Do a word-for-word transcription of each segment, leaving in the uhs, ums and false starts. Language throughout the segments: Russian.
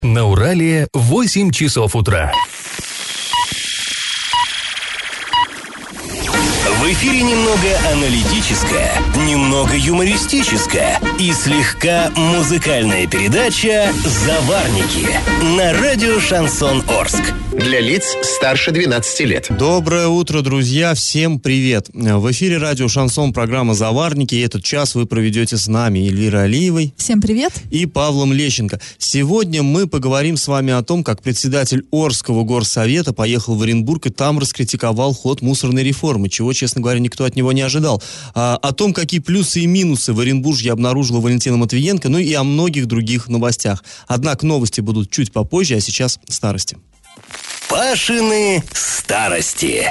На Урале восемь часов утра. В эфире немного аналитическая, немного юмористическая и слегка музыкальная передача «Заварники» на радио «Шансон Орск». Для лиц старше двенадцати лет. Доброе утро, друзья! Всем привет! В эфире радио «Шансон», программа «Заварники». И этот час вы проведете с нами, Эльвирой Алиевой. Всем привет! И Павлом Лещенко. Сегодня мы поговорим с вами о том, как председатель Орского горсовета поехал в Оренбург и там раскритиковал ход мусорной реформы, чего, честно говоря, никто от него не ожидал. А, о том, какие плюсы и минусы в Оренбурге обнаружила Валентина Матвиенко, ну и о многих других новостях. Однако новости будут чуть попозже, а сейчас старости. Пашины старости.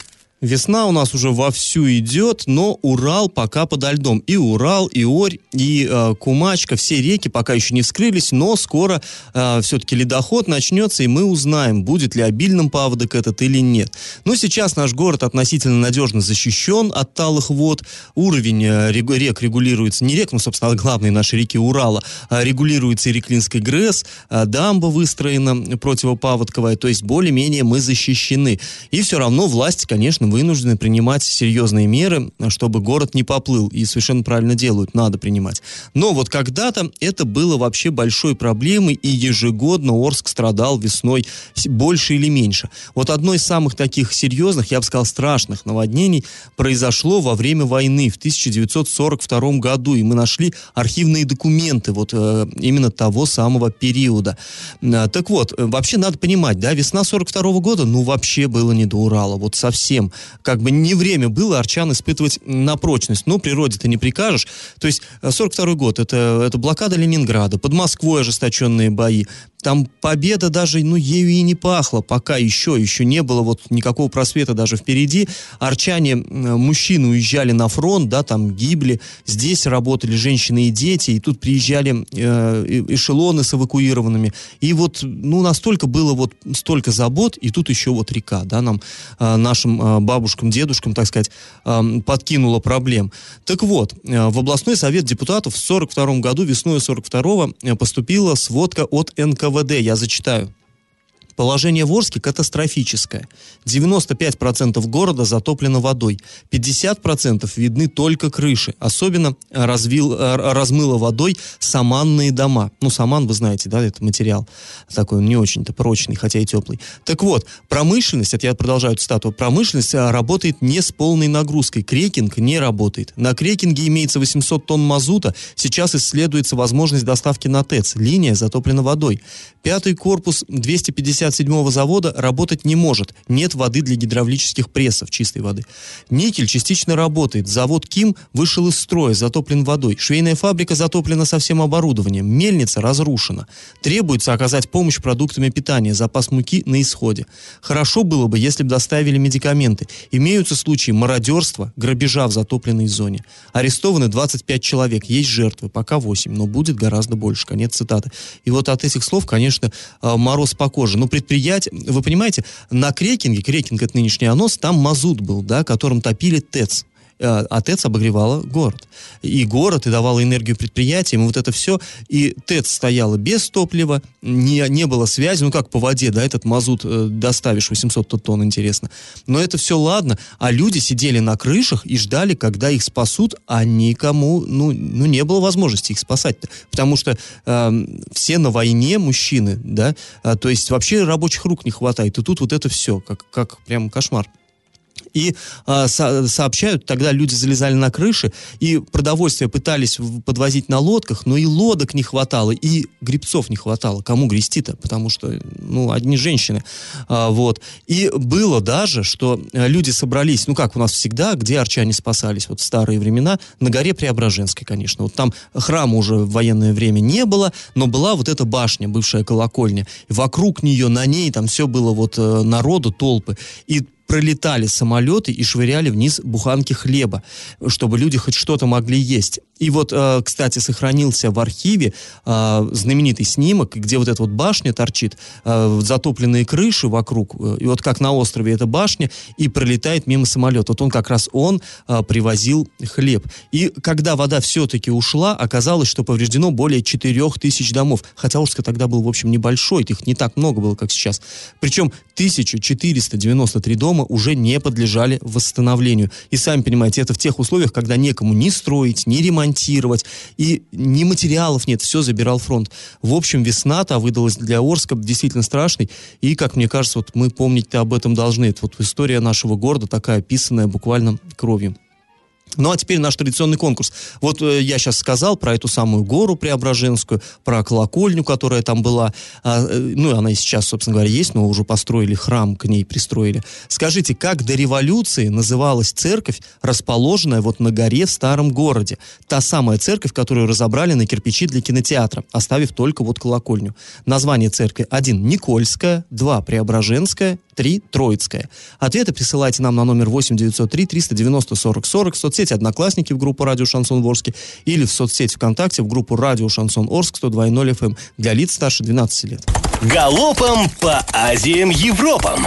Весна у нас уже вовсю идет, но Урал пока подо льдом. И Урал, и Орь, и э, Кумачка, все реки пока еще не вскрылись, но скоро э, все-таки ледоход начнется, и мы узнаем, будет ли обильным паводок этот или нет. Но сейчас наш город относительно надежно защищен от талых вод. Уровень э, рек регулируется, не рек, ну, собственно, главные наши реки Урала, а регулируется и Реклинской ГРЭС, э, дамба выстроена противопаводковая, то есть более-менее мы защищены. И все равно власти, конечно, вынуждены принимать серьезные меры, чтобы город не поплыл. И совершенно правильно делают, надо принимать. Но вот когда-то это было вообще большой проблемой, и ежегодно Орск страдал весной больше или меньше. Вот одно из самых таких серьезных, я бы сказал, страшных наводнений произошло во время войны в тысяча девятьсот сорок втором году, и мы нашли архивные документы вот э, именно того самого периода. Э, так вот, вообще надо понимать, да, весна сорок второго года, ну, вообще было не до Урала, вот совсем. Как бы не время было арчан испытывать на прочность. Но природе-то не прикажешь. То есть сорок второй год, это, это блокада Ленинграда, под Москвой ожесточенные бои. Там победа даже, ну, ею и не пахла, пока еще, еще не было вот никакого просвета даже впереди. Арчане, мужчины уезжали на фронт, да, там гибли, здесь работали женщины и дети, и тут приезжали э, эшелоны с эвакуированными. И вот, ну, настолько было вот столько забот, и тут еще вот река, да, нам, э, нашим э, бабушкам, дедушкам, так сказать, э, подкинула проблем. Так вот, э, в областной совет депутатов в сорок втором году, весной сорок второго, э, поступила сводка от эн ка вэ дэ, я зачитаю. Положение в Орске катастрофическое. девяносто пять процентов города затоплено водой. пятьдесят процентов видны только крыши. Особенно развил, размыло водой саманные дома. Ну, саман, вы знаете, да, это материал такой не очень-то прочный, хотя и теплый. Так вот, промышленность, это я продолжаю цитату, промышленность работает не с полной нагрузкой. Крекинг не работает. На крекинге имеется восемьсот тонн мазута. Сейчас исследуется возможность доставки на ТЭЦ. Линия затоплена водой. Пятый корпус двести пятьдесят седьмого завода работать не может. Нет воды для гидравлических прессов, чистой воды. Никель частично работает. Завод КИМ вышел из строя, затоплен водой. Швейная фабрика затоплена со всем оборудованием. Мельница разрушена. Требуется оказать помощь продуктами питания. Запас муки на исходе. Хорошо было бы, если бы доставили медикаменты. Имеются случаи мародерства, грабежа в затопленной зоне. Арестованы двадцать пять человек. Есть жертвы. Пока восемь, но будет гораздо больше. Конец цитаты. И вот от этих слов, конечно, мороз по коже. Но предприятие, вы понимаете, на крекинге, крекинг это нынешний АНОС, там мазут был, да, которым топили ТЭЦ. А ТЭЦ обогревала город. И город, и давала энергию предприятиям, и вот это все. И ТЭЦ стояла без топлива, не, не было связи, ну как по воде, да, этот мазут э, доставишь, восемьсот тонн, интересно. Но это все ладно, а люди сидели на крышах и ждали, когда их спасут, а никому, ну, ну не было возможности их спасать-то. Потому что э, все на войне мужчины, да, э, то есть вообще рабочих рук не хватает. И тут вот это все, как, как прям кошмар. И а, со- сообщают, тогда люди залезали на крыши, и продовольствие пытались в- подвозить на лодках, но и лодок не хватало, и гребцов не хватало. Кому грести-то? Потому что, ну, одни женщины. А, вот. И было даже, что люди собрались, ну, как у нас всегда, где арчане спасались, вот в старые времена, на горе Преображенской, конечно. Вот там храма уже в военное время не было, но была вот эта башня, бывшая колокольня. И вокруг нее, на ней, там все было вот народу, толпы. И пролетали самолеты и швыряли вниз буханки хлеба, чтобы люди хоть что-то могли есть. И вот, э, кстати, сохранился в архиве э, знаменитый снимок, где вот эта вот башня торчит, э, затопленные крыши вокруг, э, и вот как на острове эта башня, и пролетает мимо самолета. Вот он как раз он э, привозил хлеб. И когда вода все-таки ушла, оказалось, что повреждено более четырех тысяч домов. Хотя Орск тогда был, в общем, небольшой, их не так много было, как сейчас. Причем тысяча четыреста девяносто три дома уже не подлежали восстановлению. И сами понимаете, это в тех условиях, когда некому ни строить, ни ремонтировать, и ни материалов нет, все забирал фронт. В общем, весна-то выдалась для Орска действительно страшной, и, как мне кажется, вот мы помнить-то об этом должны. Это вот история нашего города такая, описанная буквально кровью. Ну, а теперь наш традиционный конкурс. Вот э, я сейчас сказал про эту самую гору Преображенскую, про колокольню, которая там была. А, э, ну, она и сейчас, собственно говоря, есть, но уже построили храм, к ней пристроили. Скажите, как до революции называлась церковь, расположенная вот на горе в старом городе? Та самая церковь, которую разобрали на кирпичи для кинотеатра, оставив только вот колокольню. Название церкви: один Никольская, два Преображенская, три Троицкая. Ответы присылайте нам на номер восемь девятьсот три триста девяносто сорок сорок, в соцсети Одноклассники в группу «Радио Шансон Орске» или в соцсети ВКонтакте в группу «Радио Шансон Орск» сто два и ноль эф эм для лиц старше двенадцати лет. Галопом по Азиям Европам!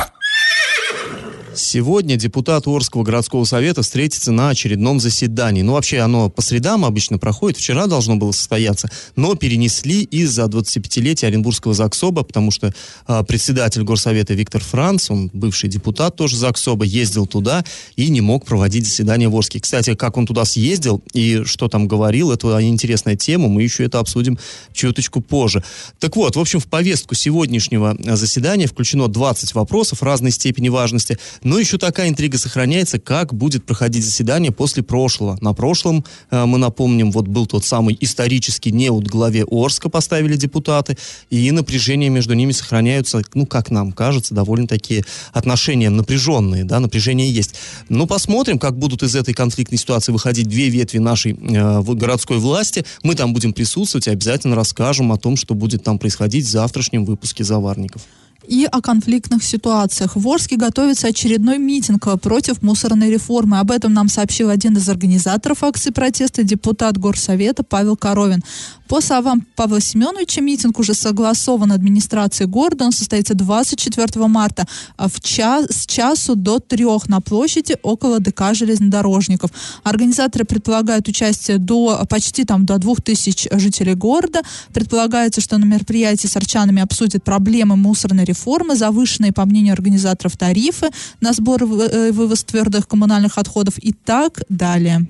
Сегодня депутаты Орского городского совета встретятся на очередном заседании. Ну, вообще, оно по средам обычно проходит. Вчера должно было состояться, но перенесли из-за двадцатипятилетия Оренбургского заксоба, потому что э, председатель горсовета Виктор Франц, он бывший депутат тоже заксоба, ездил туда и не мог проводить заседание в Орске. Кстати, как он туда съездил и что там говорил, это интересная тема, мы еще это обсудим чуточку позже. Так вот, в общем, в повестку сегодняшнего заседания включено двадцать вопросов разной степени важности. Но еще такая интрига сохраняется, как будет проходить заседание после прошлого. На прошлом, э, мы напомним, вот был тот самый исторический неуд главе Орска, поставили депутаты, и напряжения между ними сохраняются, ну, как нам кажется, довольно такие отношения напряженные, да, напряжение есть. Ну, посмотрим, как будут из этой конфликтной ситуации выходить две ветви нашей э, городской власти. Мы там будем присутствовать и обязательно расскажем о том, что будет там происходить в завтрашнем выпуске «Заварников». И о конфликтных ситуациях. В Орске готовится очередной митинг против мусорной реформы. Об этом нам сообщил один из организаторов акции протеста, депутат горсовета Павел Коровин. По словам Павла Семеновича, митинг уже согласован администрацией города. Он состоится двадцать четвёртого марта в час, с часу до трех на площади около ДК железнодорожников. Организаторы предполагают участие до, почти там, до двух тысяч жителей города. Предполагается, что на мероприятии с орчанами обсудят проблемы мусорной реформы, реформы, завышенные, по мнению организаторов, тарифы на сбор и вывоз твердых коммунальных отходов и так далее.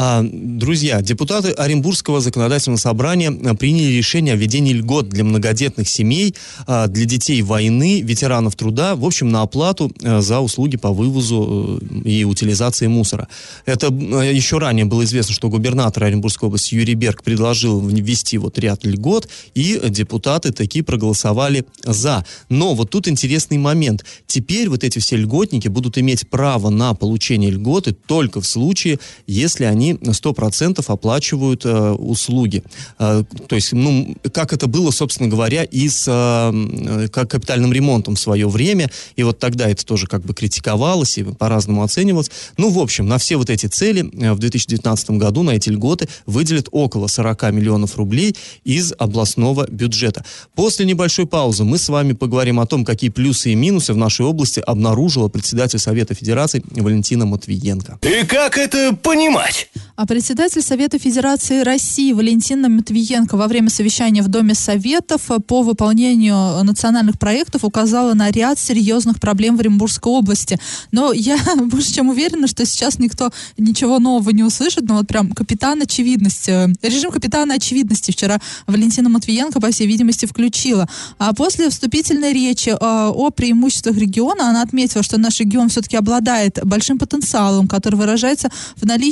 Друзья, депутаты Оренбургского законодательного собрания приняли решение о введении льгот для многодетных семей, для детей войны, ветеранов труда, в общем, на оплату за услуги по вывозу и утилизации мусора. Это еще ранее было известно, что губернатор Оренбургской области Юрий Берг предложил ввести вот ряд льгот, и депутаты таки проголосовали за. Но вот тут интересный момент. Теперь вот эти все льготники будут иметь право на получение льготы только в случае, если они сто процентов оплачивают э, услуги. Э, то есть, ну, как это было, собственно говоря, и с э, как капитальным ремонтом в свое время, и вот тогда это тоже как бы критиковалось и по-разному оценивалось. Ну, в общем, на все вот эти цели э, в две тысячи девятнадцатом году на эти льготы выделят около сорок миллионов рублей из областного бюджета. После небольшой паузы мы с вами поговорим о том, какие плюсы и минусы в нашей области обнаружила председатель Совета Федерации Валентина Матвиенко. И как это понимать? А председатель Совета Федерации России Валентина Матвиенко во время совещания в Доме Советов по выполнению национальных проектов указала на ряд серьезных проблем в Оренбургской области. Но я больше чем уверена, что сейчас никто ничего нового не услышит, но вот прям капитан очевидности, режим капитана очевидности вчера Валентина Матвиенко, по всей видимости, включила. А после вступительной речи о преимуществах региона она отметила, что наш регион все-таки обладает большим потенциалом, который выражается в наличии там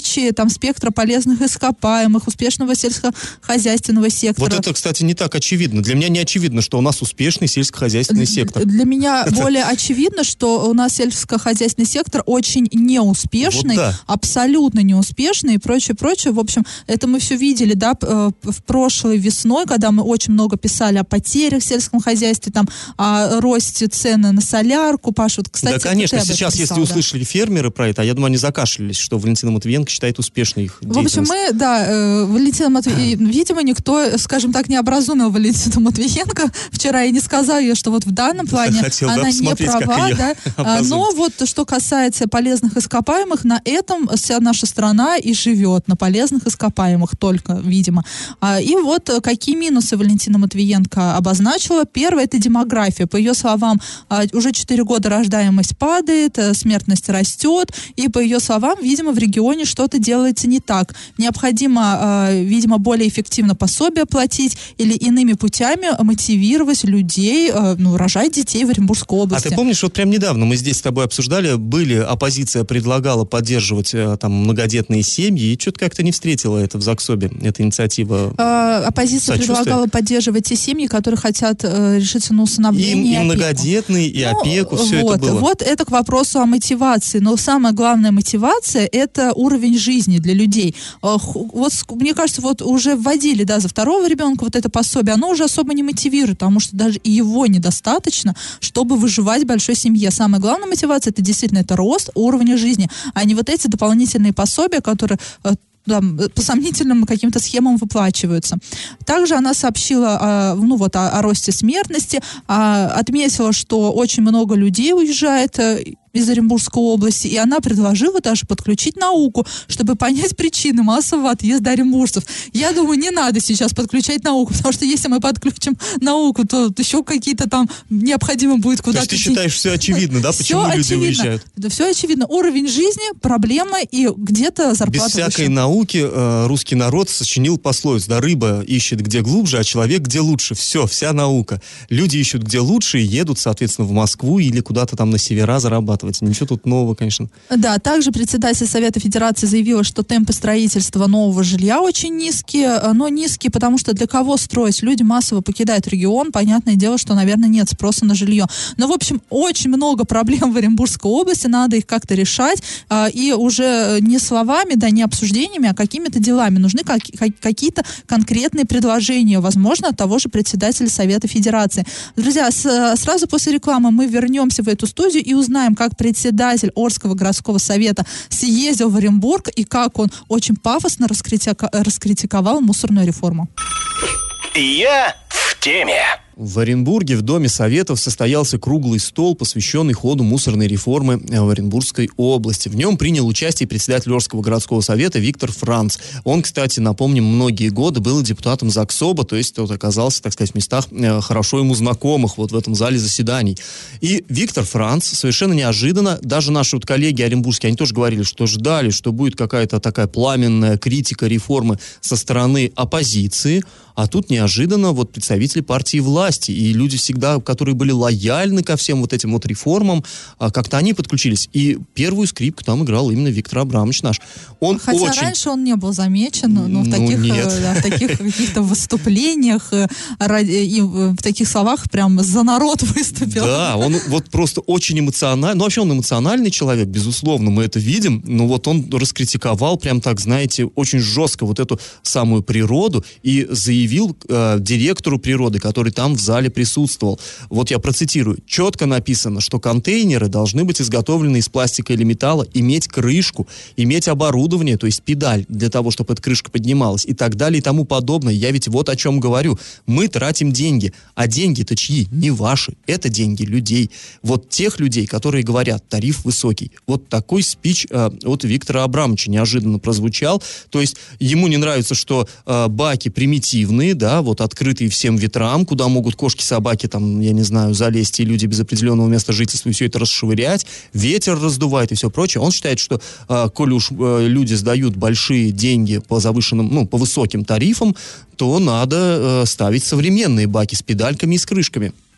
там спектра полезных ископаемых, успешного сельскохозяйственного сектора. Вот это, кстати, не так очевидно. Для меня не очевидно, что у нас успешный сельскохозяйственный сектор. Для меня более очевидно, что у нас сельскохозяйственный сектор очень неуспешный, Вот да. абсолютно неуспешный и прочее, прочее. В общем, это мы все видели, да, в прошлой весной, когда мы очень много писали о потерях в сельском хозяйстве, там, о росте цены на солярку. Паша, вот, кстати, да, конечно, сейчас, писал, если да. услышали фермеры про это, а я думаю, они закашлялись, что Валентина Матвиенко считает успешной их деятельность. В общем, мы, да, э, Валентина Матвиенко, видимо, никто, скажем так, не образумил Валентину Матвиенко вчера и не сказал ей, что вот в данном плане Хотел, она да, не права, да. Но вот что касается полезных ископаемых, на этом вся наша страна и живет, на полезных ископаемых только, видимо. И вот какие минусы Валентина Матвиенко обозначила. Первое — это демография. По ее словам, уже четыре года рождаемость падает, смертность растет, и по ее словам, видимо, в регионе что-то делается не так. Необходимо, видимо, более эффективно пособие платить или иными путями мотивировать людей, ну, рожать детей в Оренбургской области. А ты помнишь, вот прям недавно мы здесь с тобой обсуждали, были, оппозиция предлагала поддерживать там многодетные семьи, и что-то как-то не встретила это в Заксобе, эта инициатива. А, оппозиция предлагала поддерживать те семьи, которые хотят э, решиться на усыновление. И, и, и многодетные, и ну, опеку, все вот, это было. Вот это к вопросу о мотивации. Но самая главная мотивация — это уровень жизни для людей. Вот мне кажется, вот уже вводили, да, за второго ребенка вот это пособие, оно уже особо не мотивирует, потому что даже и его недостаточно, чтобы выживать в большой семье. Самая главная мотивация — это действительно это рост уровня жизни, а не вот эти дополнительные пособия, которые да, по сомнительным каким-то схемам выплачиваются. Также она сообщила а, ну, вот, о, о росте смертности, а, отметила, что очень много людей уезжает из Оренбургской области, и она предложила даже подключить науку, чтобы понять причины массового отъезда оренбуржцев. Я думаю, не надо сейчас подключать науку, потому что если мы подключим науку, то еще какие-то там необходимо будет куда-то... То есть ты считаешь, все очевидно, да, почему люди уезжают? Да, все очевидно. Уровень жизни, проблемы и где-то зарплата Без всякой выше. науки э, русский народ сочинил пословицу, да, рыба ищет где глубже, а человек где лучше. Все, вся наука. Люди ищут где лучше и едут, соответственно, в Москву или куда-то там на севера зарабатывать. Ничего тут нового, конечно. Да, также председатель Совета Федерации заявила, что темпы строительства нового жилья очень низкие, но низкие, потому что для кого строить? Люди массово покидают регион, понятное дело, что, наверное, нет спроса на жилье. Но, в общем, очень много проблем в Оренбургской области, надо их как-то решать, и уже не словами, да, не обсуждениями, а какими-то делами. Нужны какие-то конкретные предложения, возможно, от того же председателя Совета Федерации. Друзья, сразу после рекламы мы вернемся в эту студию и узнаем, как председатель Орского городского совета съездил в Оренбург и как он очень пафосно раскритика- раскритиковал мусорную реформу. Я в теме. В Оренбурге в Доме Советов состоялся круглый стол, посвященный ходу мусорной реформы в Оренбургской области. В нем принял участие председатель Орского городского совета Виктор Франц. Он, кстати, напомним, многие годы был депутатом Заксоба, то есть тот оказался, так сказать, в местах э, хорошо ему знакомых, вот в этом зале заседаний. И Виктор Франц совершенно неожиданно, даже наши вот коллеги оренбургские, они тоже говорили, что ждали, что будет какая-то такая пламенная критика реформы со стороны оппозиции, а тут неожиданно вот представители партии власти и люди всегда, которые были лояльны ко всем вот этим вот реформам, как-то они подключились. И первую скрипку там играл именно Виктор Абрамович наш. Он Хотя очень... раньше он не был замечен, но ну, в таких, да, в таких каких-то выступлениях и в таких словах прям за народ выступил. Да, он вот просто очень эмоциональный. Ну, вообще он эмоциональный человек, безусловно, мы это видим. Но вот он раскритиковал прям так, знаете, очень жестко вот эту самую природу и заявил э, директору природы, который там в зале присутствовал. Вот я процитирую. Четко написано, что контейнеры должны быть изготовлены из пластика или металла, иметь крышку, иметь оборудование, то есть педаль для того, чтобы эта крышка поднималась и так далее и тому подобное. Я ведь вот о чем говорю. Мы тратим деньги, а деньги-то чьи? Не ваши. Это деньги людей. Вот тех людей, которые говорят, тариф высокий. Вот такой спич э, от Виктора Абрамовича неожиданно прозвучал. То есть ему не нравится, что э, баки примитивные, да, вот открытые всем ветрам, куда могут кошки-собаки, там, я не знаю, залезть, и люди без определенного места жительства, и все это расшвырять, ветер раздувает и все прочее. Он считает, что, э, коли уж э, люди сдают большие деньги по завышенным, ну, по высоким тарифам, то надо э, ставить современные баки с педальками и с крышками.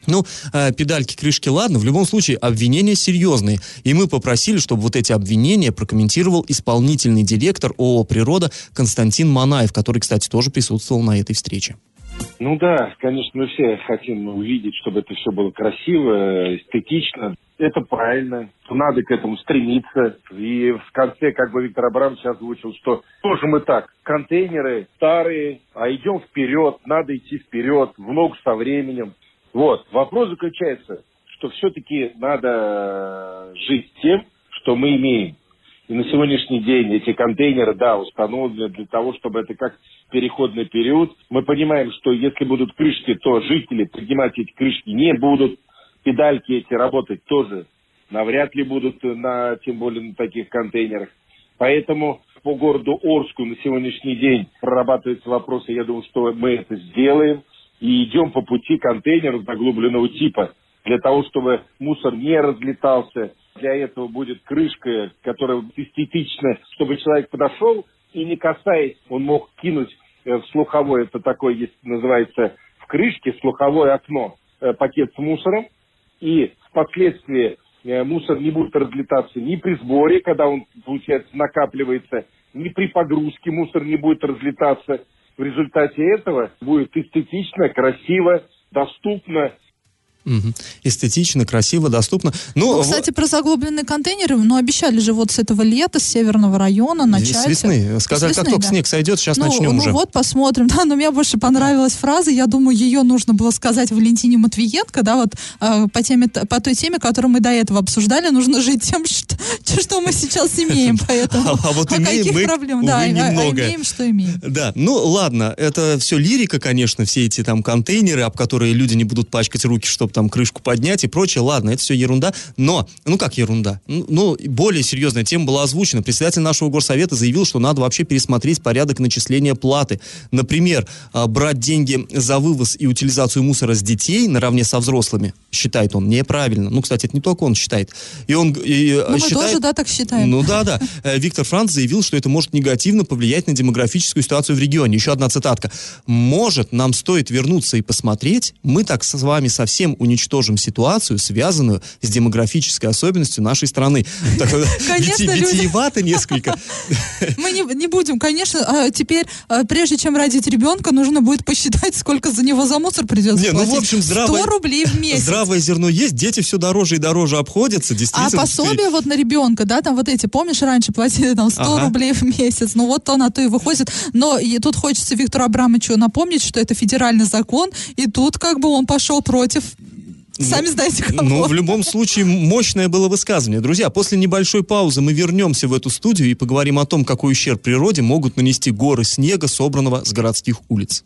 Ну, э, педальки, крышки, ладно, в любом случае обвинения серьезные. И мы попросили, чтобы вот эти обвинения прокомментировал исполнительный директор ООО «Природа» Константин Манаев, который, кстати, тоже присутствовал на этой встрече. Ну да, конечно, мы все хотим увидеть, чтобы это все было красиво, эстетично. Это правильно, надо к этому стремиться. И в конце, как бы Виктор Абрамович озвучил, что тоже мы так, контейнеры старые, а идем вперед, надо идти вперед, в ногу со временем. Вот, вопрос заключается, что все-таки надо жить тем, что мы имеем. И на сегодняшний день эти контейнеры, да, установлены для того, чтобы это как переходный период. Мы понимаем, что если будут крышки, то жители поднимать эти крышки не будут. Педальки эти работать тоже навряд ли будут, на, тем более на таких контейнерах. Поэтому по городу Орску на сегодняшний день прорабатываются вопросы. Я думаю, что мы это сделаем. И идем по пути контейнеров заглубленного типа, для того, чтобы мусор не разлетался. Для этого будет крышка, которая эстетична, чтобы человек подошел и, не касаясь, он мог кинуть в слуховое, это такое есть, называется в крышке, слуховое окно, пакет с мусором. И впоследствии мусор не будет разлетаться ни при сборе, когда он, получается, накапливается, ни при погрузке мусор не будет разлетаться. В результате этого будет эстетично, красиво, доступно. Угу. Эстетично, красиво, доступно. Ну, ну, кстати, в... про заглубленные контейнеры, ну, обещали же вот с этого лета, с северного района начать. С весны. Сказали, с весны, как только да. снег сойдет, сейчас ну, начнем ну, уже. Ну вот, посмотрим. Да, но мне больше понравилась фраза, я думаю, ее нужно было сказать Валентине Матвиенко, да, вот э, по, теме, по той теме, которую мы до этого обсуждали, нужно жить тем, что, что мы сейчас имеем, поэтому а, а вот имеем мы, проблем? увы, да, немного. А, а имеем, что имеем. Да, ну ладно, это все лирика, конечно, все эти там контейнеры, об которые люди не будут пачкать руки, чтобы там крышку поднять и прочее, ладно, это все ерунда, но, ну как ерунда, ну, более серьезная тема была озвучена. Председатель нашего горсовета заявил, что надо вообще пересмотреть порядок начисления платы. Например, брать деньги за вывоз и утилизацию мусора с детей наравне со взрослыми, считает он, неправильно. Ну, кстати, это не только он считает. И он и ну, считает... мы тоже, да, так считаем. Ну, да, да. Виктор Франц заявил, что это может негативно повлиять на демографическую ситуацию в регионе. Еще одна цитатка. «Может, нам стоит вернуться и посмотреть? Мы так с вами совсем уничтожим ситуацию, связанную с демографической особенностью нашей страны». Конечно, витиевато несколько. Мы не, не будем, конечно, а теперь, а, прежде чем родить ребенка, нужно будет посчитать, сколько за него за мусор придется не, платить. Ну, в общем, здравое, сто рублей в месяц. Здравое зерно есть, дети все дороже и дороже обходятся, действительно. А пособие вот на ребенка, да, там вот эти, помнишь, раньше платили там сто ага. рублей в месяц, ну вот то на то и выходит. Но и тут хочется Виктору Абрамовичу напомнить, что это федеральный закон, и тут как бы он пошел против... Сами знаете, кого. Ну, в любом случае, мощное было высказывание. Друзья, после небольшой паузы мы вернемся в эту студию и поговорим о том, какой ущерб природе могут нанести горы снега, собранного с городских улиц.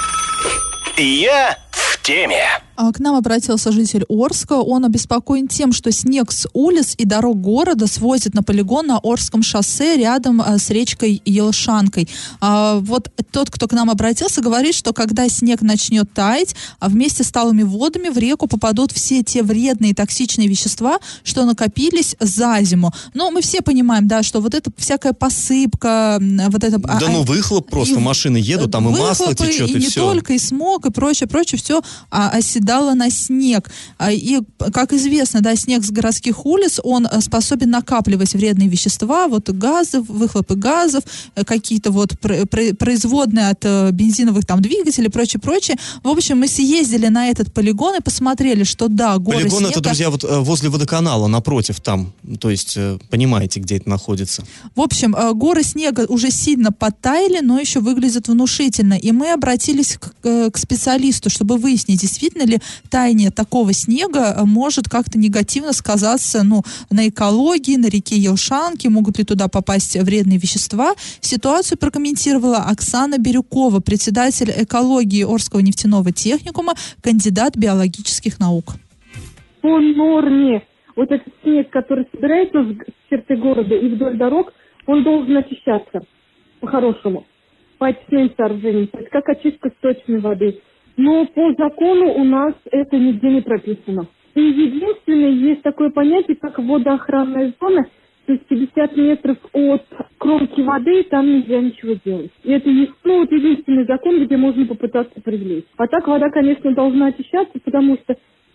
Я в теме. К нам обратился житель Орска. Он обеспокоен тем, что снег с улиц и дорог города свозит на полигон на Орском шоссе рядом с речкой Елшанкой. Вот тот, кто к нам обратился, говорит, что когда снег начнет таять, вместе с талыми водами в реку попадут все те вредные токсичные вещества, что накопились за зиму. Но мы все понимаем, да, что вот эта всякая посыпка, вот это... Да ну выхлоп просто, машины едут, там и масло течет, и, и не все. только, и смог, и прочее, прочее, все оседало на снег. И, как известно, да, снег с городских улиц, он способен накапливать вредные вещества, вот газы, выхлопы газов, какие-то вот производные от бензиновых там двигателей, прочее, прочее. В общем, мы съездили на этот полигон и посмотрели, что да, горы полигон снега... это, друзья, вот возле водоканала, напротив там, то есть, понимаете, где это находится. В общем, горы снега уже сильно подтаяли, но еще выглядят внушительно. И мы обратились к, к специалисту, чтобы выяснить, действительно ли таяние такого снега может как-то негативно сказаться, ну, на экологии, на реке Елшанки, могут ли туда попасть вредные вещества. Ситуацию прокомментировала Оксана Бирюкова, председатель экологии Орского нефтяного техникума, кандидат биологических наук. По норме вот этот снег, который собирается в черте города и вдоль дорог, он должен очищаться по-хорошему, по очистным сооружениям, то есть как очистка сточной воды. Но по закону у нас это нигде не прописано. И единственное, есть такое понятие, как водоохранная зона, то есть пятьдесят метров от кромки воды, там нельзя ничего делать. И это ну, вот единственный закон, где можно попытаться привлечь. А так вода, конечно, должна очищаться, потому что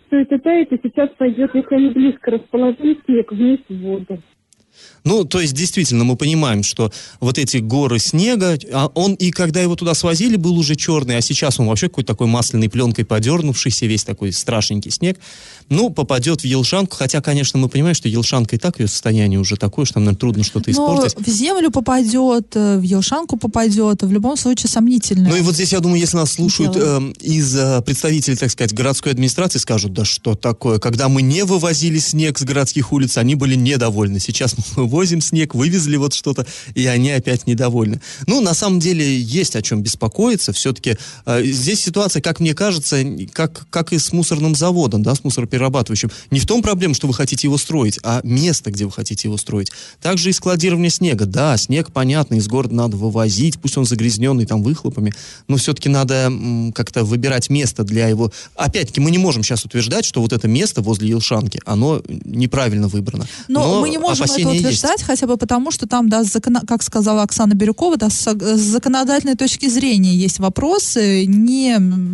все это тает, и сейчас пойдет, если они близко расположились, снег вниз в воду. Ну, то есть, действительно, мы понимаем, что вот эти горы снега, а он и когда его туда свозили, был уже черный, а сейчас он вообще какой-то такой масляной пленкой подернувшийся, весь такой страшненький снег, ну, попадет в Елшанку, хотя, конечно, мы понимаем, что Елшанка и так ее состояние уже такое, что там, наверное, трудно что-то испортить. Но в землю попадет, в Елшанку попадет, в любом случае сомнительно. Ну и вот здесь, я думаю, если нас слушают э, из э, представителей, так сказать, городской администрации, скажут, да что такое, когда мы не вывозили снег с городских улиц, они были недовольны. Сейчас мы вывозим снег, вывезли вот что-то, и они опять недовольны. Ну, на самом деле, есть о чем беспокоиться. Все-таки э, здесь ситуация, как мне кажется, как, как и с мусорным заводом, да, с мусороперерабатывающим. Не в том проблема, что вы хотите его строить, а место, где вы хотите его строить. Также и складирование снега. Да, снег, понятно, из города надо вывозить, пусть он загрязненный там выхлопами, но все-таки надо м, как-то выбирать место для его... Опять-таки, мы не можем сейчас утверждать, что вот это место возле Елшанки, оно неправильно выбрано. Но, но мы не можем это утверждать, есть. хотя бы потому, что там, да, закон... как сказала Оксана Бирюкова, да, с, с законодательной точки зрения есть вопросы, не,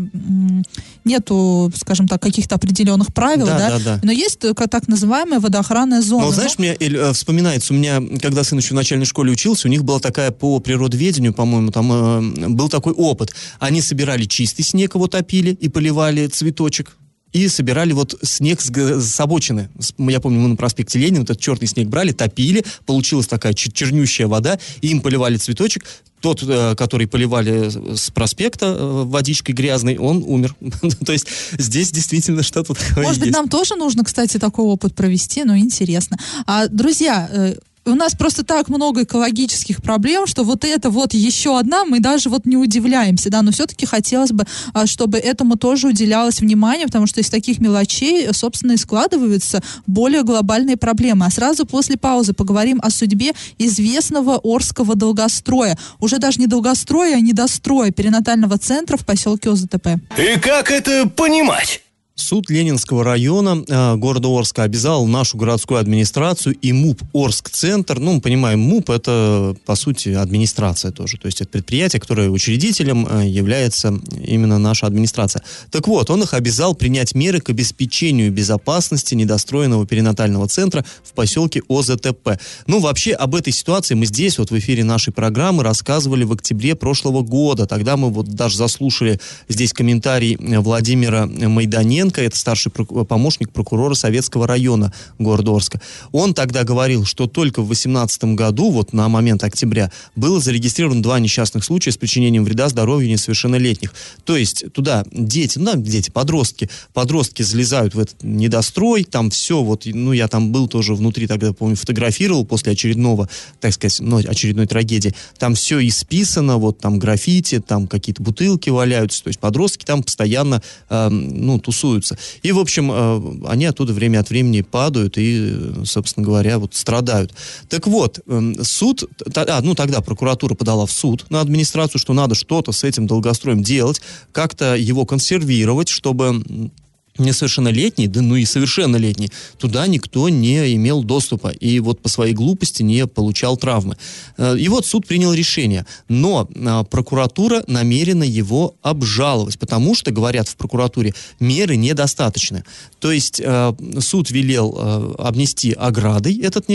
нету, скажем так, каких-то определенных правил, да, да, да, да. но есть только так называемая водоохранная зона. Но, знаешь, мне Эль, вспоминается, у меня, когда сын еще в начальной школе учился, у них была такая по природоведению, по-моему, там э, был такой опыт. Они собирали чистый снег, его топили и поливали цветочек. И собирали вот снег с, с обочины. Я помню, мы на проспекте Ленина вот этот черный снег брали, топили, получилась такая чернющая вода, и им поливали цветочек. Тот, который поливали с проспекта водичкой грязной, он умер. То есть здесь действительно что-то такое Может быть, есть. нам тоже нужно, кстати, такой опыт провести, но интересно. А, друзья, у нас просто так много экологических проблем, что вот это вот еще одна, мы даже вот не удивляемся, да, но все-таки хотелось бы, чтобы этому тоже уделялось внимание, потому что из таких мелочей, собственно, и складываются более глобальные проблемы. А сразу после паузы поговорим о судьбе известного Орского долгостроя. Уже даже не долгостроя, а недостроя перинатального центра в поселке ОЗТП. И как это понимать? Суд Ленинского района э, города Орска обязал нашу городскую администрацию и МУП Орск-центр, ну, мы понимаем, МУП это, по сути, администрация тоже, то есть это предприятие, которое учредителем э, является именно наша администрация. Так вот, он их обязал принять меры к обеспечению безопасности недостроенного перинатального центра в поселке ОЗТП. Ну, вообще, об этой ситуации мы здесь, вот в эфире нашей программы, рассказывали в октябре прошлого года. Тогда мы вот даже заслушали здесь комментарий Владимира Майданенко, это старший помощник прокурора Советского района города Орска. Он тогда говорил, что только в две тысячи восемнадцатом году, вот на момент октября, было зарегистрировано два несчастных случая с причинением вреда здоровью несовершеннолетних. То есть туда дети, ну, дети, подростки, подростки залезают в этот недострой, там все, вот, ну, я там был тоже внутри, тогда, помню, фотографировал после очередного, так сказать, ну, очередной трагедии. Там все исписано, вот, там граффити, там какие-то бутылки валяются, то есть подростки там постоянно, э, ну, тусуют. И, в общем, э, они оттуда время от времени падают и, собственно говоря, вот страдают. Так вот, э, суд, т- а, ну тогда прокуратура подала в суд на администрацию, что надо что-то с этим долгостроем делать, как-то его консервировать, чтобы несовершеннолетний, да ну и совершеннолетний, туда никто не имел доступа и вот по своей глупости не получал травмы. И вот суд принял решение, но прокуратура намерена его обжаловать, потому что, говорят в прокуратуре, меры недостаточны. То есть суд велел обнести оградой этот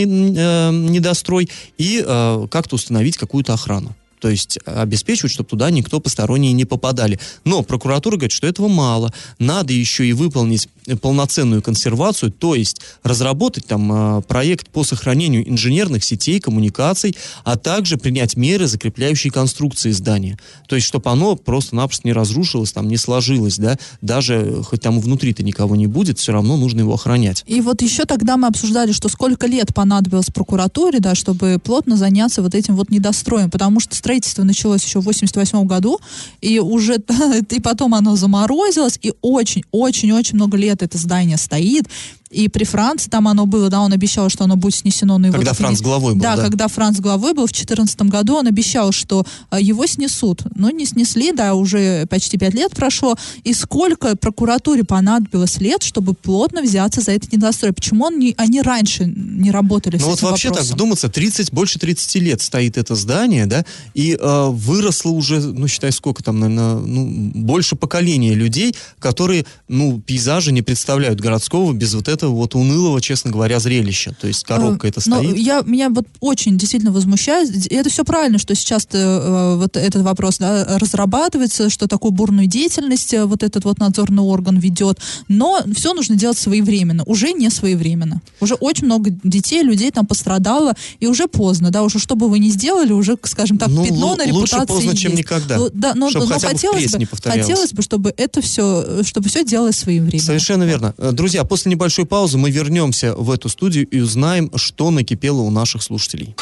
недострой и как-то установить какую-то охрану. То есть обеспечивать, чтобы туда никто посторонние не попадали. Но прокуратура говорит, что этого мало. Надо еще и выполнить полноценную консервацию, то есть разработать там э, проект по сохранению инженерных сетей, коммуникаций, а также принять меры, закрепляющие конструкции здания. То есть, чтобы оно просто-напросто не разрушилось, там, не сложилось, да, даже хоть там внутри-то никого не будет, все равно нужно его охранять. И вот еще тогда мы обсуждали, что сколько лет понадобилось прокуратуре, да, чтобы плотно заняться вот этим вот недостроем, потому что строительство началось еще в восемьдесят восьмом году, и уже, и потом оно заморозилось, и очень-очень-очень много лет это здание стоит, и при Франце там оно было, да, он обещал, что оно будет снесено. Но его когда Франц главой был, да, да. когда Франц главой был в две тысячи четырнадцатом году, он обещал, что его снесут. Но не снесли, да, уже почти пять лет прошло. И сколько прокуратуре понадобилось лет, чтобы плотно взяться за этот недострой? Почему он не, они раньше не работали с Ну этим вот вообще вопросом? так вдуматься, тридцать, больше тридцати лет стоит это здание, да, и э, выросло уже, ну считай, сколько там, наверное, ну, больше поколения людей, которые, ну, пейзажи не представляют городского без вот этого вот унылого, честно говоря, зрелища. То есть коробка это Но стоит. я, меня вот очень действительно возмущает, и это все правильно, что сейчас э, вот этот вопрос, да, разрабатывается, что такую бурную деятельность э, вот этот вот надзорный орган ведет, но все нужно делать своевременно, уже не своевременно. Уже очень много детей, людей там пострадало, и уже поздно, да, уже что бы вы ни сделали, уже, скажем так, Ну, пятно л- на репутации лучше поздно, есть. чем никогда. Ну, да, но, Чтобы но хотя бы в хотелось прессе бы, не повторялось. хотелось бы, чтобы это все, чтобы все делалось своевременно. Совершенно верно. Друзья, после небольшой паузы мы вернемся в эту студию и узнаем, что накипело у наших слушателей.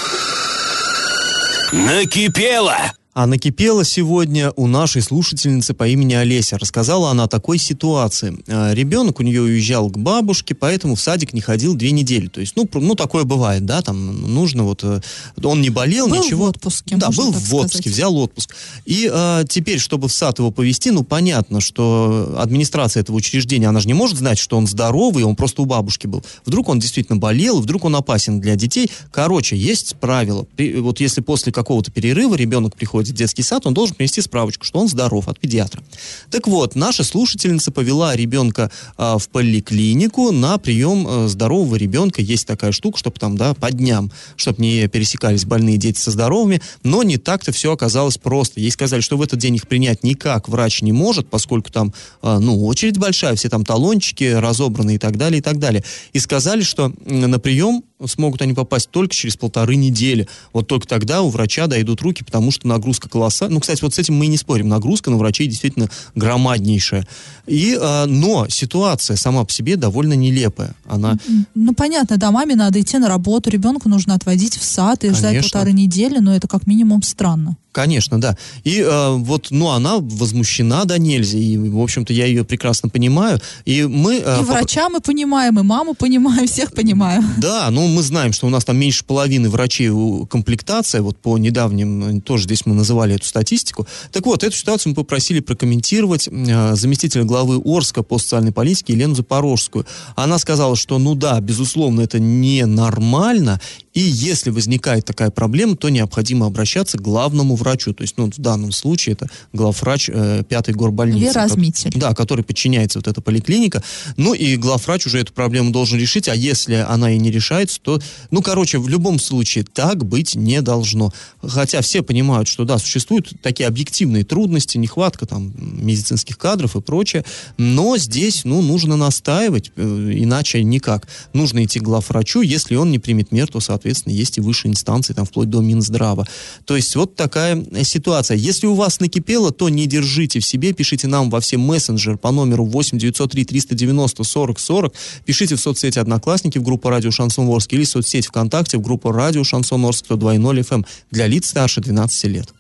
Накипело! А накипело сегодня у нашей слушательницы по имени Олеся. Рассказала она о такой ситуации. Э, Ребенок у нее уезжал к бабушке, поэтому в садик не ходил две недели. То есть, ну, про- ну такое бывает, да, там нужно вот... э, Он не болел, Был ничего. в отпуске, Да, можно был так в отпуске, сказать. взял отпуск. И э, теперь, чтобы в сад его повезти, ну, понятно, что администрация этого учреждения, она же не может знать, что он здоровый, он просто у бабушки был. Вдруг он действительно болел, вдруг он опасен для детей. Короче, есть правило. При- Вот если после какого-то перерыва ребенок приходит в детский сад, он должен принести справочку, что он здоров от педиатра. Так вот, наша слушательница повела ребенка а, в поликлинику на прием а, здорового ребенка. Есть такая штука, чтобы там, да, по дням, чтобы не пересекались больные дети со здоровыми, но не так-то все оказалось просто. Ей сказали, что в этот день их принять никак врач не может, поскольку там, а, ну, очередь большая, все там талончики разобраны и так далее, и так далее. И сказали, что м, на прием смогут они попасть только через полторы недели. Вот только тогда у врача дойдут руки, потому что нагрузка колоссальная. Ну, кстати, вот с этим мы и не спорим. Нагрузка на врачей действительно громаднейшая. И, э, но ситуация сама по себе довольно нелепая. Она... Ну, понятно, да, маме надо идти на работу, ребенка нужно отводить в сад и ждать Конечно. полторы недели, но это как минимум странно. Конечно, да. И э, вот, ну, она возмущена до нельзя, и, в общем-то, я ее прекрасно понимаю. И мы... э, И поп- врача мы понимаем, и маму понимаем, всех понимаем. Да, ну мы знаем, что у нас там меньше половины врачей у- комплектация, вот по недавним, тоже здесь мы называли эту статистику. Так вот, эту ситуацию мы попросили прокомментировать э, заместителя главы Орска по социальной политике Елену Запорожскую. Она сказала, что, ну да, безусловно, это ненормально, и если возникает такая проблема, то необходимо обращаться к главному врачу. То есть, ну, в данном случае это главврач э, пятой горбольницы. Вера Азмитель. Да, который подчиняется вот эта поликлиника. Ну и главврач уже эту проблему должен решить, а если она и не решается, то, ну, короче, в любом случае так быть не должно. Хотя все понимают, что, да, существуют такие объективные трудности, нехватка там медицинских кадров и прочее, но здесь, ну, нужно настаивать, э, иначе никак. Нужно идти к главврачу, если он не примет мер, то, соответственно, есть и высшие инстанции, там, вплоть до Минздрава. То есть вот такая ситуация. Если у вас накипело, то не держите в себе, пишите нам во все мессенджеры по номеру восемь девятьсот три триста девяносто сорок сорок, пишите в соцсети «Одноклассники» в группу «Радио Шансон Орск» или в соцсеть ВКонтакте в группу «Радио Шансон Орск» сто два и ноль эф эм для лиц старше двенадцати лет.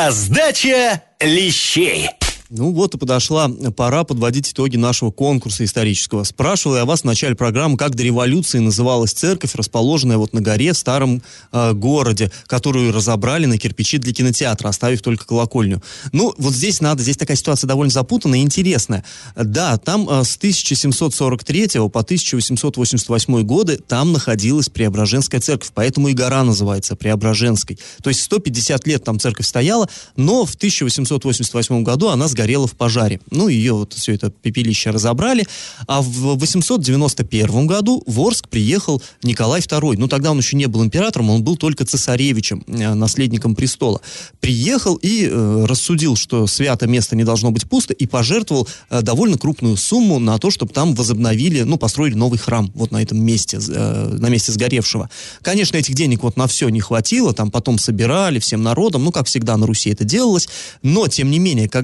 Раздача лещей. Ну вот и подошла пора подводить итоги нашего конкурса исторического. Спрашивал я вас в начале программы, как до революции называлась церковь, расположенная вот на горе в старом э, городе, которую разобрали на кирпичи для кинотеатра, оставив только колокольню. Ну, вот здесь надо, здесь такая ситуация довольно запутанная и интересная. Да, там э, с тысяча семьсот сорок третьего по тысяча восемьсот восемьдесят восьмой годы там находилась Преображенская церковь, поэтому и гора называется Преображенской. То есть сто пятьдесят лет там церковь стояла, но в тысяча восемьсот восемьдесят восьмом году она сгорела в пожаре. Ну, ее вот все это пепелище разобрали. А в восемьсот девяносто первом году в Орск приехал Николай второй. Ну, тогда он еще не был императором, он был только цесаревичем, э, наследником престола. Приехал и э, рассудил, что свято место не должно быть пусто, и пожертвовал э, довольно крупную сумму на то, чтобы там возобновили, ну, построили новый храм вот на этом месте, э, на месте сгоревшего. Конечно, этих денег вот на все не хватило, там потом собирали всем народом, ну, как всегда на Руси это делалось, но, тем не менее, когда в тысяча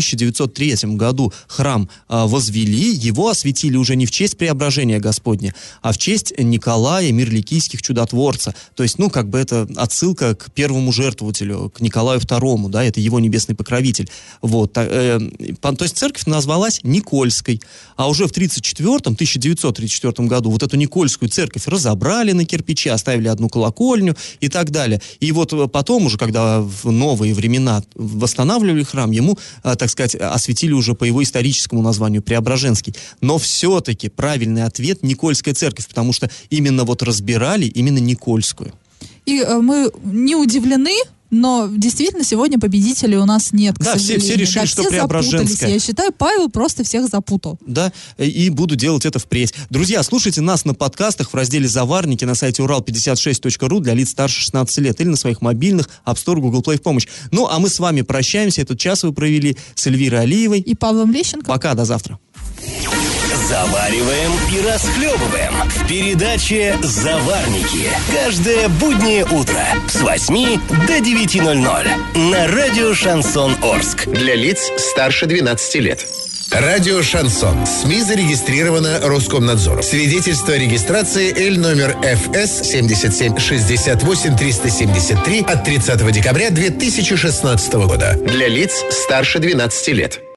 тысяча девятьсот третьем году храм а, возвели, его осветили уже не в честь Преображения Господня, а в честь Николая Мирликийских чудотворца. То есть, ну, как бы это отсылка к первому жертвователю, к Николаю второму, да, это его небесный покровитель. Вот, э, то есть церковь назвалась Никольской, а уже в тридцать четвёртом, тысяча девятьсот тридцать четвёртом году вот эту Никольскую церковь разобрали на кирпичи, оставили одну колокольню и так далее. И вот потом уже, когда в новые времена восстанавливали храм, ему, так сказать, осветили уже по его историческому названию Преображенский. Но все-таки правильный ответ — Никольская церковь, потому что именно вот разбирали именно Никольскую. И э, мы не удивлены, но действительно сегодня победителей у нас нет, к да, сожалению. Все, все решили, да, что все Преображенская. Я считаю, Павел просто всех запутал. Да, и буду делать это впредь. Друзья, слушайте нас на подкастах в разделе «Заварники» на сайте урал пятьдесят шесть точка ру для лиц старше шестнадцати лет или на своих мобильных, App Store, Google Play в помощь. Ну, а мы с вами прощаемся. Этот час вы провели с Эльвирой Алиевой и Павлом Лещенко. Пока, до завтра. Завариваем и расхлебываем в передаче «Заварники». Каждое буднее утро с восьми до девяти ноль-ноль на радио «Шансон Орск». Для лиц старше двенадцати лет. Радио «Шансон». СМИ зарегистрировано Роскомнадзором. Свидетельство о регистрации Л номер Ф С семьдесят семь шестьдесят восемь триста семьдесят три от тридцатого декабря две тысячи шестнадцатого года. Для лиц старше двенадцати лет.